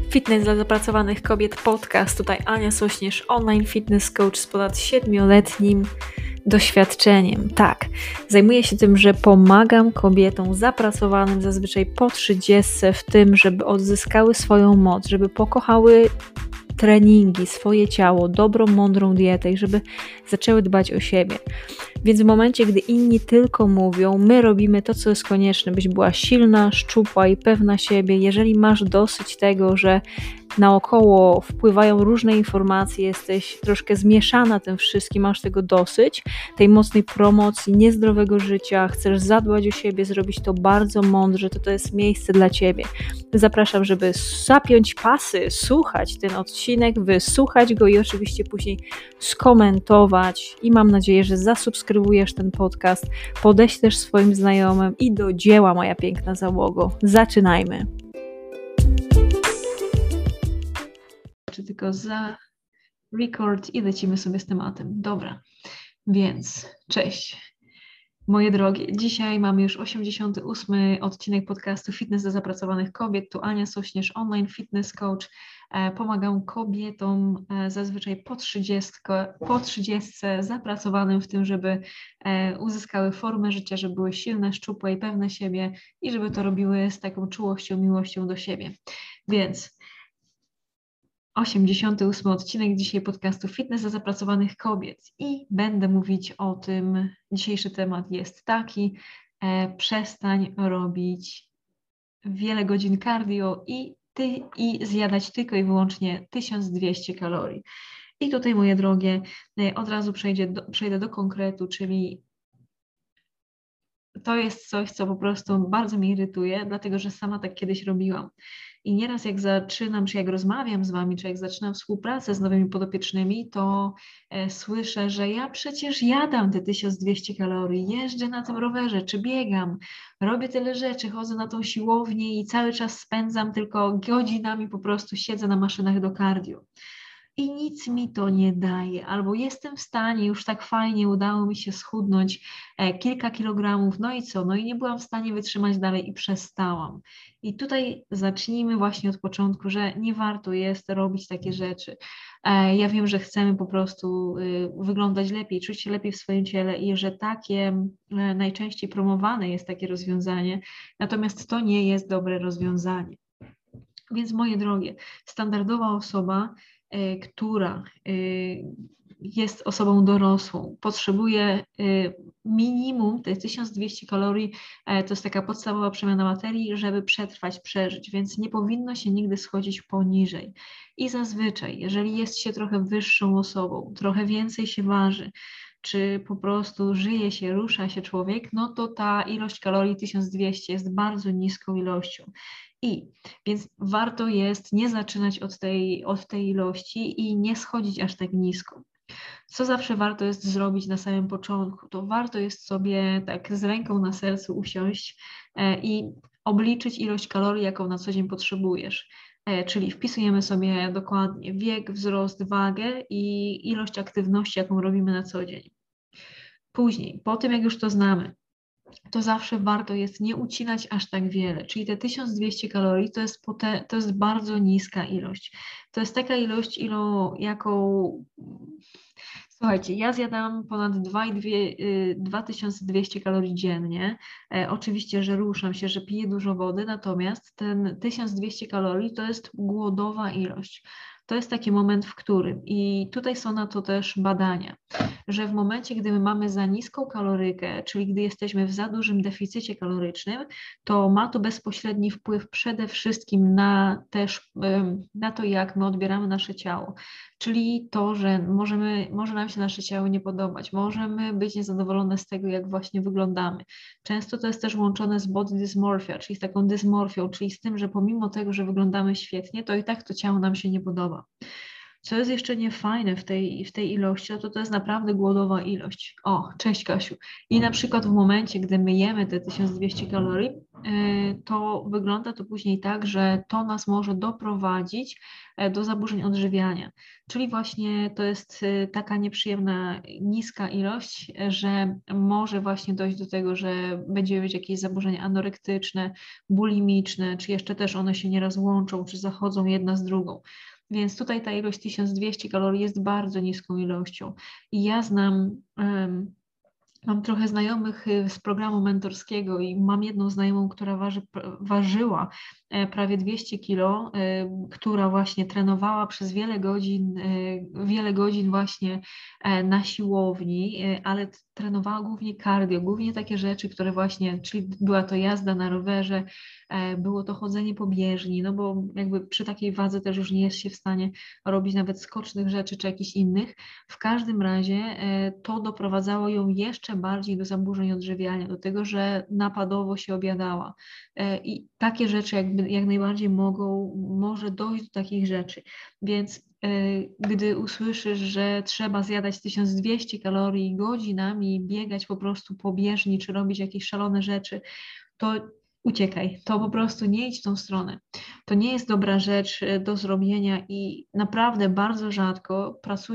Fitness dla zapracowanych kobiet podcast. Tutaj Ania Sośnierz, online fitness coach z ponad 7-letnim doświadczeniem. Tak, zajmuję się tym, że pomagam kobietom zapracowanym zazwyczaj po 30 w tym, żeby odzyskały swoją moc, żeby pokochały treningi, swoje ciało, dobrą, mądrą dietę i żeby zaczęły dbać o siebie. Więc w momencie, gdy inni tylko mówią, my robimy to, co jest konieczne, byś była silna, szczupła i pewna siebie. Jeżeli masz dosyć tego, że naokoło wpływają różne informacje, jesteś troszkę zmieszana tym wszystkim, masz tego dosyć, tej mocnej promocji, niezdrowego życia, chcesz zadbać o siebie, zrobić to bardzo mądrze, to jest miejsce dla Ciebie. Zapraszam, żeby zapiąć pasy, słuchać ten odcinek, wysłuchać go i oczywiście później skomentować i mam nadzieję, że zasubskrybujesz ten podcast, podeślesz swoim znajomym i do dzieła, moja piękna załogo. Zaczynajmy. Tylko za record i lecimy sobie z tematem. Dobra, więc cześć moje drogie. Dzisiaj mamy już 88 odcinek podcastu Fitness dla zapracowanych kobiet. Tu Ania Sośnierz, online fitness coach. Pomagam kobietom zazwyczaj po 30 zapracowanym w tym, żeby uzyskały formę życia, żeby były silne, szczupłe i pewne siebie i żeby to robiły z taką czułością, miłością do siebie. Więc 88 odcinek dzisiaj podcastu Fitness dla zapracowanych kobiet i będę mówić o tym, dzisiejszy temat jest taki, przestań robić wiele godzin cardio i zjadać tylko i wyłącznie 1200 kalorii. I tutaj, moje drogie, od razu przejdę do konkretu, czyli to jest coś, co po prostu bardzo mnie irytuje, dlatego że sama tak kiedyś robiłam. I nieraz jak zaczynam, czy jak rozmawiam z Wami, czy jak zaczynam współpracę z nowymi podopiecznymi, to słyszę, że ja przecież jadam te 1200 kalorii, jeżdżę na tym rowerze, czy biegam, robię tyle rzeczy, chodzę na tą siłownię i cały czas spędzam tylko godzinami, po prostu siedzę na maszynach do cardio. I nic mi to nie daje, albo jestem w stanie, już tak fajnie udało mi się schudnąć kilka kilogramów, no i co? No i nie byłam w stanie wytrzymać dalej i przestałam. I tutaj zacznijmy właśnie od początku, że nie warto jest robić takie rzeczy. Ja wiem, że chcemy po prostu wyglądać lepiej, czuć się lepiej w swoim ciele i że takie najczęściej promowane jest takie rozwiązanie, natomiast to nie jest dobre rozwiązanie. Więc moje drogie, standardowa osoba, która jest osobą dorosłą, potrzebuje minimum, to jest 1200 kalorii, to jest taka podstawowa przemiana materii, żeby przetrwać, przeżyć, więc nie powinno się nigdy schodzić poniżej. I zazwyczaj, jeżeli jest się trochę wyższą osobą, trochę więcej się waży, czy po prostu żyje się, rusza się człowiek, no to ta ilość kalorii 1200 jest bardzo niską ilością. Więc warto jest nie zaczynać od tej ilości i nie schodzić aż tak nisko. Co zawsze warto jest zrobić na samym początku, to warto jest sobie tak z ręką na sercu usiąść i obliczyć ilość kalorii, jaką na co dzień potrzebujesz. Czyli wpisujemy sobie dokładnie wiek, wzrost, wagę i ilość aktywności, jaką robimy na co dzień. Później, po tym jak już to znamy, to zawsze warto jest nie ucinać aż tak wiele, czyli te 1200 kalorii to jest bardzo niska ilość. To jest taka ilość, jaką... Słuchajcie, ja zjadam ponad 2200 kalorii dziennie. Oczywiście, że ruszam się, że piję dużo wody, natomiast ten 1200 kalorii to jest głodowa ilość. To jest taki moment, w którym, i tutaj są na to też badania, że w momencie, gdy my mamy za niską kalorykę, czyli gdy jesteśmy w za dużym deficycie kalorycznym, to ma to bezpośredni wpływ przede wszystkim na to, jak my odbieramy nasze ciało. Czyli to, że może nam się nasze ciało nie podobać, możemy być niezadowolone z tego, jak właśnie wyglądamy. Często to jest też łączone z body dysmorphia, czyli z taką dysmorfią, czyli z tym, że pomimo tego, że wyglądamy świetnie, to i tak to ciało nam się nie podoba. Co jest jeszcze niefajne w tej ilości, to jest naprawdę głodowa ilość. O, cześć Kasiu. I na przykład w momencie, gdy my jemy te 1200 kalorii, to wygląda to później tak, że to nas może doprowadzić do zaburzeń odżywiania. Czyli właśnie to jest taka nieprzyjemna, niska ilość, że może właśnie dojść do tego, że będziemy mieć jakieś zaburzenia anorektyczne, bulimiczne, czy jeszcze też one się nieraz łączą, czy zachodzą jedna z drugą. Więc tutaj ta ilość 1200 kalorii jest bardzo niską ilością. I ja znam... Mam trochę znajomych z programu mentorskiego i mam jedną znajomą, która ważyła prawie 200 kilo, która właśnie trenowała przez wiele godzin właśnie na siłowni, ale trenowała głównie cardio, głównie takie rzeczy, które właśnie, czyli była to jazda na rowerze, było to chodzenie po bieżni, no bo jakby przy takiej wadze też już nie jest się w stanie robić nawet skocznych rzeczy czy jakichś innych. W każdym razie to doprowadzało ją jeszcze bardziej do zaburzeń odżywiania, do tego, że napadowo się obiadała. I takie rzeczy jak najbardziej może dojść do takich rzeczy. Więc gdy usłyszysz, że trzeba zjadać 1200 kalorii godzinami, biegać po prostu po bieżni, czy robić jakieś szalone rzeczy, to uciekaj, to po prostu nie idź w tą stronę. To nie jest dobra rzecz do zrobienia i naprawdę bardzo rzadko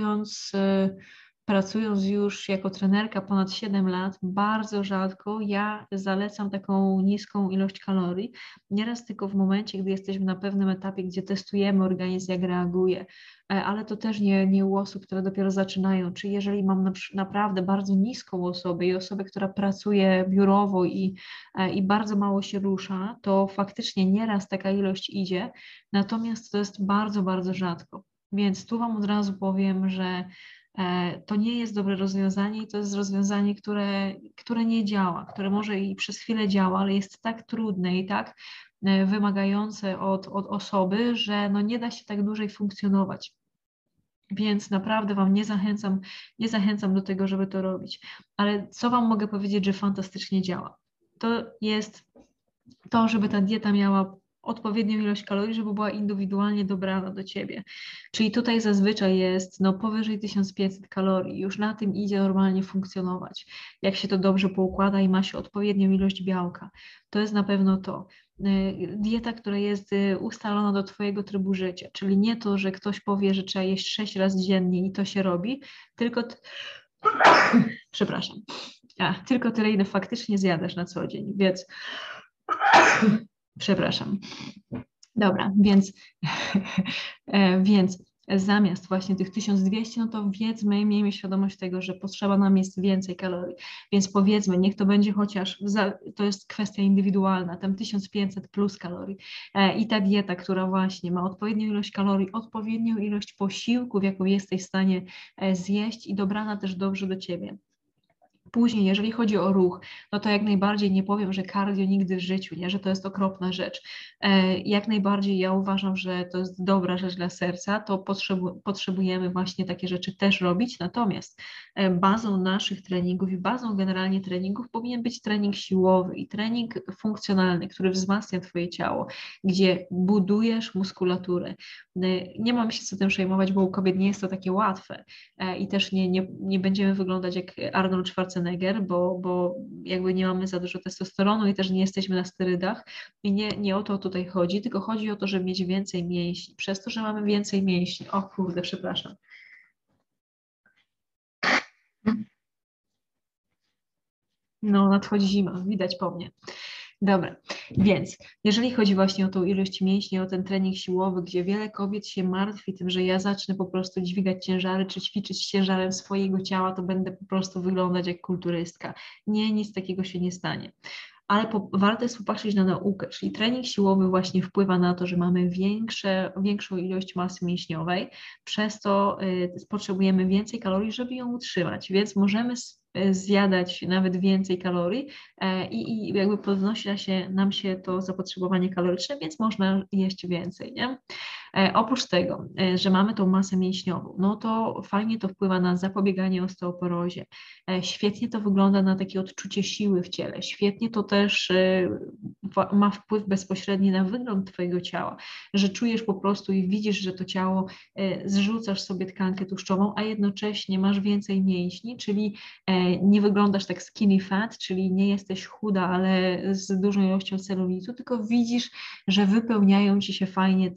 pracując już jako trenerka ponad 7 lat, bardzo rzadko ja zalecam taką niską ilość kalorii. Nieraz tylko w momencie, gdy jesteśmy na pewnym etapie, gdzie testujemy organizm, jak reaguje, ale to też nie u osób, które dopiero zaczynają. Czy jeżeli mam naprawdę bardzo niską osobę i osobę, która pracuje biurowo i bardzo mało się rusza, to faktycznie nieraz taka ilość idzie, natomiast to jest bardzo, bardzo rzadko. Więc tu Wam od razu powiem, że to nie jest dobre rozwiązanie i to jest rozwiązanie, które nie działa, które może i przez chwilę działa, ale jest tak trudne i tak wymagające od osoby, że no nie da się tak dłużej funkcjonować. Więc naprawdę Wam nie zachęcam do tego, żeby to robić. Ale co Wam mogę powiedzieć, że fantastycznie działa? To jest to, żeby ta dieta miała odpowiednią ilość kalorii, żeby była indywidualnie dobrana do Ciebie. Czyli tutaj zazwyczaj jest powyżej 1500 kalorii, już na tym idzie normalnie funkcjonować. Jak się to dobrze poukłada i ma się odpowiednią ilość białka. To jest na pewno to. Dieta, która jest ustalona do Twojego trybu życia, czyli nie to, że ktoś powie, że trzeba jeść 6 razy dziennie i to się robi, tylko przepraszam, tylko tyle, ile faktycznie zjadasz na co dzień, więc przepraszam. Dobra, więc zamiast właśnie tych 1200, no to miejmy świadomość tego, że potrzeba nam jest więcej kalorii. Więc powiedzmy, niech to będzie chociaż, to jest kwestia indywidualna, tam 1500 plus kalorii. I ta dieta, która właśnie ma odpowiednią ilość kalorii, odpowiednią ilość posiłków, jaką jesteś w stanie zjeść i dobrana też dobrze do Ciebie. Później, jeżeli chodzi o ruch, no to jak najbardziej nie powiem, że cardio nigdy w życiu, nie, że to jest okropna rzecz. Jak najbardziej ja uważam, że to jest dobra rzecz dla serca, to potrzebujemy właśnie takie rzeczy też robić, natomiast bazą naszych treningów i bazą generalnie treningów powinien być trening siłowy i trening funkcjonalny, który wzmacnia Twoje ciało, gdzie budujesz muskulaturę. Nie mamy się co tym przejmować, bo u kobiet nie jest to takie łatwe i też nie będziemy wyglądać jak Arnold Schwarzenegger, bo jakby nie mamy za dużo testosteronu i też nie jesteśmy na sterydach i nie o to tutaj chodzi, tylko chodzi o to, żeby mieć więcej mięśni. Przez to, że mamy więcej mięśni, o kurde, przepraszam. No, nadchodzi zima, widać po mnie. Dobra, więc jeżeli chodzi właśnie o tą ilość mięśni, o ten trening siłowy, gdzie wiele kobiet się martwi tym, że ja zacznę po prostu dźwigać ciężary, czy ćwiczyć ciężarem swojego ciała, to będę po prostu wyglądać jak kulturystka. Nie, nic takiego się nie stanie. Ale warto jest popatrzeć na naukę, czyli trening siłowy właśnie wpływa na to, że mamy większą ilość masy mięśniowej, przez to potrzebujemy więcej kalorii, żeby ją utrzymać, więc możemy zjadać nawet więcej kalorii i jakby podnosi nam się to zapotrzebowanie kaloryczne, więc można jeść więcej, nie? Oprócz tego, że mamy tą masę mięśniową, no to fajnie to wpływa na zapobieganie osteoporozie. Świetnie to wygląda na takie odczucie siły w ciele. Świetnie to też ma wpływ bezpośredni na wygląd twojego ciała, że czujesz po prostu i widzisz, że to ciało, zrzucasz sobie tkankę tłuszczową, a jednocześnie masz więcej mięśni, czyli nie wyglądasz tak skinny fat, czyli nie jesteś chuda, ale z dużą ilością celulitu, tylko widzisz, że wypełniają ci się fajnie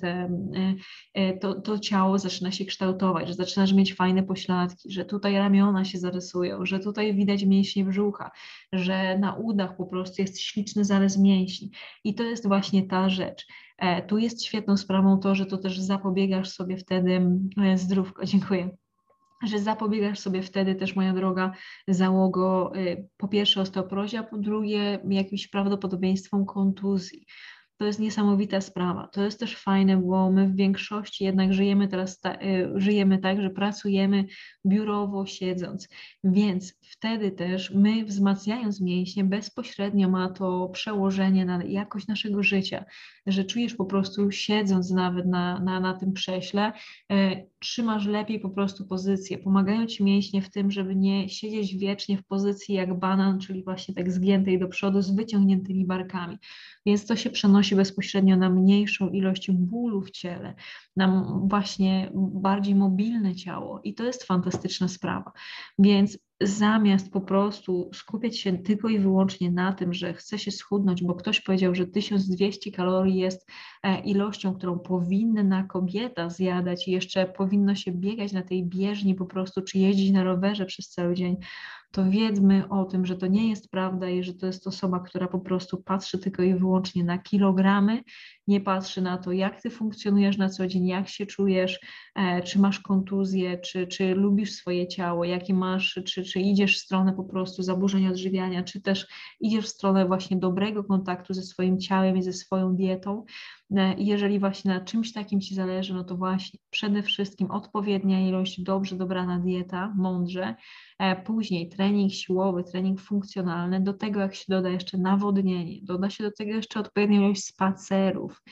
to ciało zaczyna się kształtować, że zaczynasz mieć fajne pośladki, że tutaj ramiona się zarysują, że tutaj widać mięśnie brzucha, że na udach po prostu jest śliczny zarys mięśni. I to jest właśnie ta rzecz. Tu jest świetną sprawą to, że to też zapobiegasz sobie wtedy, zdrówko, dziękuję, że zapobiegasz sobie wtedy też, moja droga załogo, po pierwsze osteoporozie, a po drugie jakimś prawdopodobieństwom kontuzji. To jest niesamowita sprawa. To jest też fajne, bo my w większości jednak żyjemy teraz, żyjemy tak, że pracujemy biurowo, siedząc, więc wtedy też my, wzmacniając mięśnie, bezpośrednio ma to przełożenie na jakość naszego życia, że czujesz po prostu, siedząc nawet na tym krześle, trzymasz lepiej po prostu pozycję. Pomagają ci mięśnie w tym, żeby nie siedzieć wiecznie w pozycji jak banan, czyli właśnie tak zgiętej do przodu z wyciągniętymi barkami. Więc to się przenosi bezpośrednio na mniejszą ilość bólu w ciele, na właśnie bardziej mobilne ciało i to jest fantastyczna sprawa. Więc zamiast po prostu skupiać się tylko i wyłącznie na tym, że chce się schudnąć, bo ktoś powiedział, że 1200 kalorii jest ilością, którą powinna kobieta zjadać i jeszcze powinno się biegać na tej bieżni po prostu, czy jeździć na rowerze przez cały dzień, to wiedzmy o tym, że to nie jest prawda i że to jest osoba, która po prostu patrzy tylko i wyłącznie na kilogramy, nie patrzy na to, jak ty funkcjonujesz na co dzień, jak się czujesz, czy masz kontuzję, czy lubisz swoje ciało, jakie masz, czy idziesz w stronę po prostu zaburzeń odżywiania, czy też idziesz w stronę właśnie dobrego kontaktu ze swoim ciałem i ze swoją dietą. I jeżeli właśnie na czymś takim ci zależy, no to właśnie przede wszystkim odpowiednia ilość, dobrze dobrana dieta, mądrze, później trening siłowy, trening funkcjonalny, do tego jak się doda jeszcze nawodnienie, doda się do tego jeszcze odpowiednia ilość spacerów,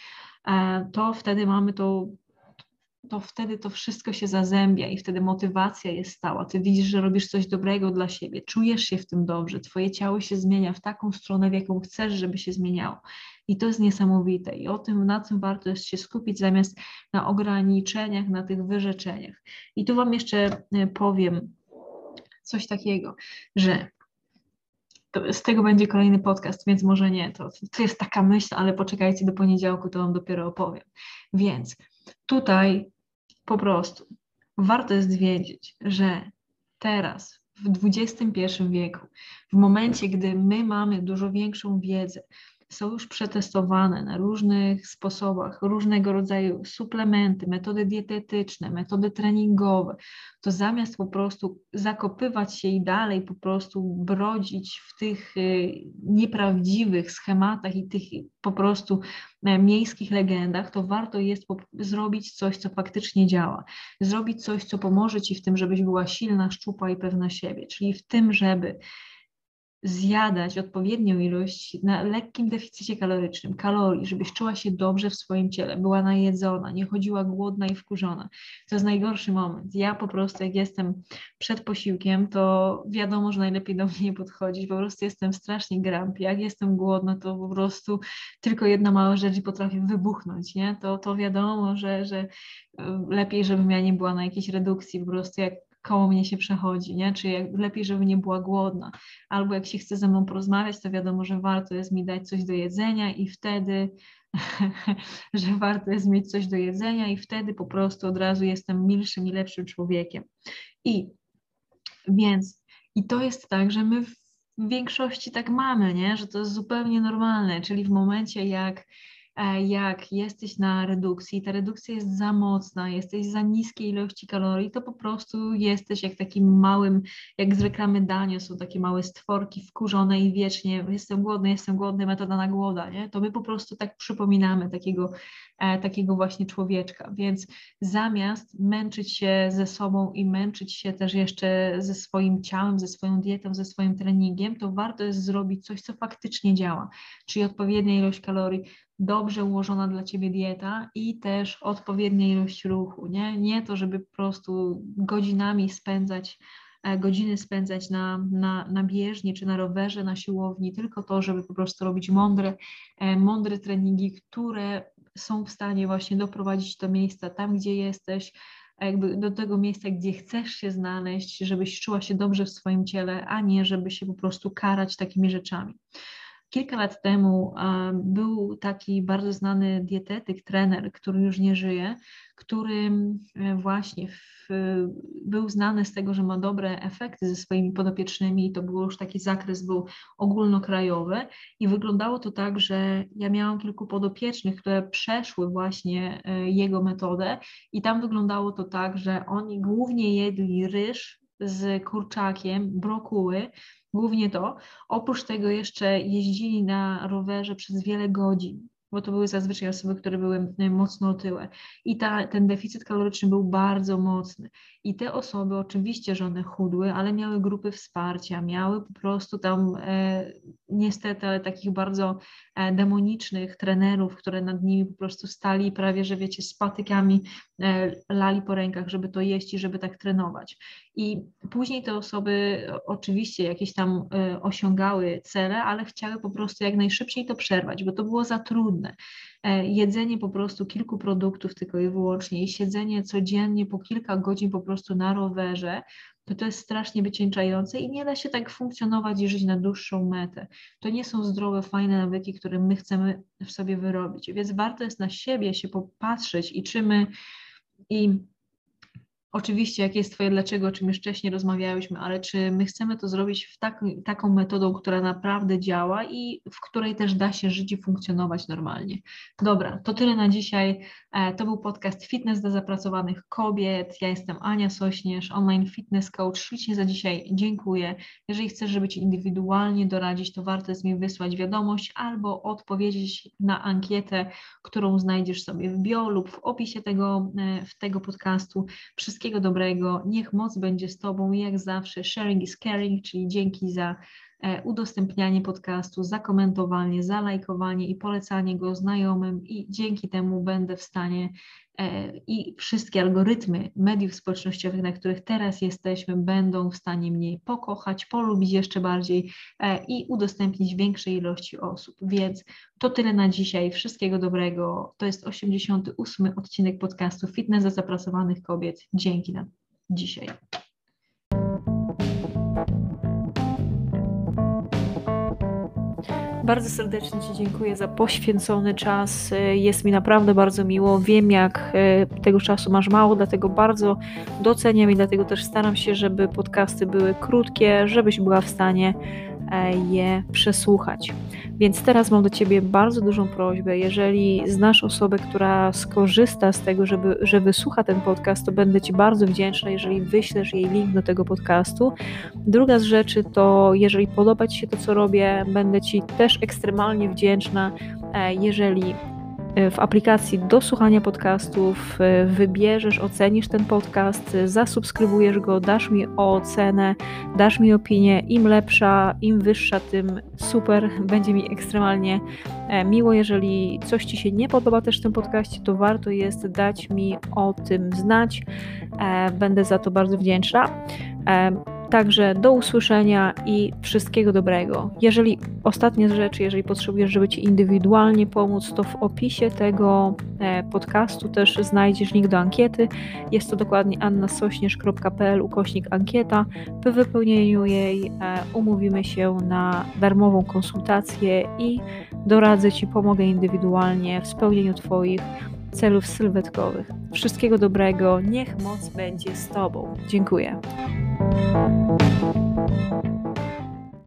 to wtedy mamy to wtedy to wszystko się zazębia i wtedy motywacja jest stała. Ty widzisz, że robisz coś dobrego dla siebie, czujesz się w tym dobrze, twoje ciało się zmienia w taką stronę, w jaką chcesz, żeby się zmieniało. I to jest niesamowite i na tym warto jest się skupić zamiast na ograniczeniach, na tych wyrzeczeniach. I tu wam jeszcze powiem coś takiego, że z tego będzie kolejny podcast, więc może nie, to jest taka myśl, ale poczekajcie do poniedziałku, to wam dopiero opowiem. Więc tutaj po prostu warto jest wiedzieć, że teraz, w XXI wieku, w momencie, gdy my mamy dużo większą wiedzę, są już przetestowane na różnych sposobach, różnego rodzaju suplementy, metody dietetyczne, metody treningowe, to zamiast po prostu zakopywać się i dalej po prostu brodzić w tych nieprawdziwych schematach i tych po prostu miejskich legendach, to warto jest zrobić coś, co faktycznie działa. Zrobić coś, co pomoże ci w tym, żebyś była silna, szczupła i pewna siebie, czyli w tym, żeby zjadać odpowiednią ilość na lekkim deficycie kalorycznym kalorii, żebyś czuła się dobrze w swoim ciele, była najedzona, nie chodziła głodna i wkurzona. To jest najgorszy moment. Ja po prostu jak jestem przed posiłkiem, to wiadomo, że najlepiej do mnie nie podchodzić, po prostu jestem strasznie grumpy. Jak jestem głodna, to po prostu tylko jedna mała rzecz i potrafię wybuchnąć, nie? To wiadomo, że lepiej, żebym ja nie była na jakiejś redukcji, po prostu jak koło mnie się przechodzi, nie? Czy lepiej, żeby nie była głodna. Albo jak się chce ze mną porozmawiać, to wiadomo, że warto jest mi dać coś do jedzenia i wtedy, że warto jest mieć coś do jedzenia i wtedy po prostu od razu jestem milszym i lepszym człowiekiem. I to jest tak, że my w większości tak mamy, nie? Że to jest zupełnie normalne, czyli w momencie jak jesteś na redukcji, ta redukcja jest za mocna, jesteś za niskiej ilości kalorii, to po prostu jesteś jak takim małym, jak z reklamy Danio są takie małe stworki wkurzone i wiecznie jestem głodny, metoda na głoda, nie? To my po prostu tak przypominamy takiego właśnie człowieczka, więc zamiast męczyć się ze sobą i męczyć się też jeszcze ze swoim ciałem, ze swoją dietą, ze swoim treningiem, to warto jest zrobić coś, co faktycznie działa, czyli odpowiednia ilość kalorii, dobrze ułożona dla ciebie dieta i też odpowiednia ilość ruchu, nie? Nie to, żeby po prostu godzinami spędzać godziny spędzać na bieżni czy na rowerze, na siłowni, tylko to, żeby po prostu robić mądre treningi, które są w stanie właśnie doprowadzić do miejsca tam, gdzie jesteś, jakby do tego miejsca, gdzie chcesz się znaleźć, żebyś czuła się dobrze w swoim ciele, a nie żeby się po prostu karać takimi rzeczami. Kilka lat temu był taki bardzo znany dietetyk, trener, który już nie żyje, który właśnie był znany z tego, że ma dobre efekty ze swoimi podopiecznymi i to był już taki zakres, był ogólnokrajowy i wyglądało to tak, że ja miałam kilku podopiecznych, które przeszły właśnie jego metodę i tam wyglądało to tak, że oni głównie jedli ryż z kurczakiem, brokuły, głównie to. Oprócz tego jeszcze jeździli na rowerze przez wiele godzin, bo to były zazwyczaj osoby, które były mocno otyłe. I ten deficyt kaloryczny był bardzo mocny. I te osoby oczywiście, że one chudły, ale miały grupy wsparcia, miały po prostu tam niestety takich bardzo demonicznych trenerów, które nad nimi po prostu stali prawie, że wiecie, z patykami lali po rękach, żeby to jeść i żeby tak trenować. I później te osoby oczywiście jakieś tam osiągały cele, ale chciały po prostu jak najszybciej to przerwać, bo to było za trudne. Jedzenie po prostu kilku produktów tylko i wyłącznie i siedzenie codziennie po kilka godzin po prostu na rowerze, to jest strasznie wycieńczające i nie da się tak funkcjonować i żyć na dłuższą metę. To nie są zdrowe, fajne nawyki, które my chcemy w sobie wyrobić, więc warto jest na siebie się popatrzeć i oczywiście, jakie jest Twoje dlaczego, o czym już wcześniej rozmawiałyśmy, ale czy my chcemy to zrobić taką metodą, która naprawdę działa i w której też da się żyć i funkcjonować normalnie. Dobra, to tyle na dzisiaj. To był podcast Fitness dla zapracowanych kobiet. Ja jestem Ania Sośnierz, online fitness coach. Ślicznie za dzisiaj dziękuję. Jeżeli chcesz, żeby Ci indywidualnie doradzić, to warto jest mi wysłać wiadomość albo odpowiedzieć na ankietę, którą znajdziesz sobie w bio lub w opisie tego podcastu. Wszystkiego dobrego, niech moc będzie z Tobą i jak zawsze sharing is caring, czyli dzięki za udostępnianie podcastu, za komentowanie, za lajkowanie i polecanie go znajomym i dzięki temu będę w stanie i wszystkie algorytmy mediów społecznościowych, na których teraz jesteśmy, będą w stanie mnie pokochać, polubić jeszcze bardziej i udostępnić większej ilości osób. Więc to tyle na dzisiaj. Wszystkiego dobrego. To jest 88. odcinek podcastu Fitness dla zapracowanych kobiet. Dzięki na dzisiaj. Bardzo serdecznie Ci dziękuję za poświęcony czas. Jest mi naprawdę bardzo miło. Wiem, jak tego czasu masz mało, dlatego bardzo doceniam i dlatego też staram się, żeby podcasty były krótkie, żebyś była w stanie je przesłuchać. Więc teraz mam do Ciebie bardzo dużą prośbę. Jeżeli znasz osobę, która skorzysta z tego, że wysłucha ten podcast, to będę Ci bardzo wdzięczna, jeżeli wyślesz jej link do tego podcastu. Druga z rzeczy to, jeżeli podoba Ci się to, co robię, będę Ci też ekstremalnie wdzięczna, jeżeli w aplikacji do słuchania podcastów wybierzesz, ocenisz ten podcast, zasubskrybujesz go, dasz mi ocenę, dasz mi opinię. Im lepsza, im wyższa, tym super. Będzie mi ekstremalnie miło. Jeżeli coś Ci się nie podoba też w tym podcaście, to warto jest dać mi o tym znać. Będę za to bardzo wdzięczna. Także do usłyszenia i wszystkiego dobrego. Ostatnia rzecz, jeżeli potrzebujesz, żeby Ci indywidualnie pomóc, to w opisie tego podcastu też znajdziesz link do ankiety. Jest to dokładnie annasośnierz.pl/ankieta. Po wypełnieniu jej umówimy się na darmową konsultację i doradzę Ci, pomogę indywidualnie w spełnieniu Twoich celów sylwetkowych. Wszystkiego dobrego, niech moc będzie z Tobą. Dziękuję.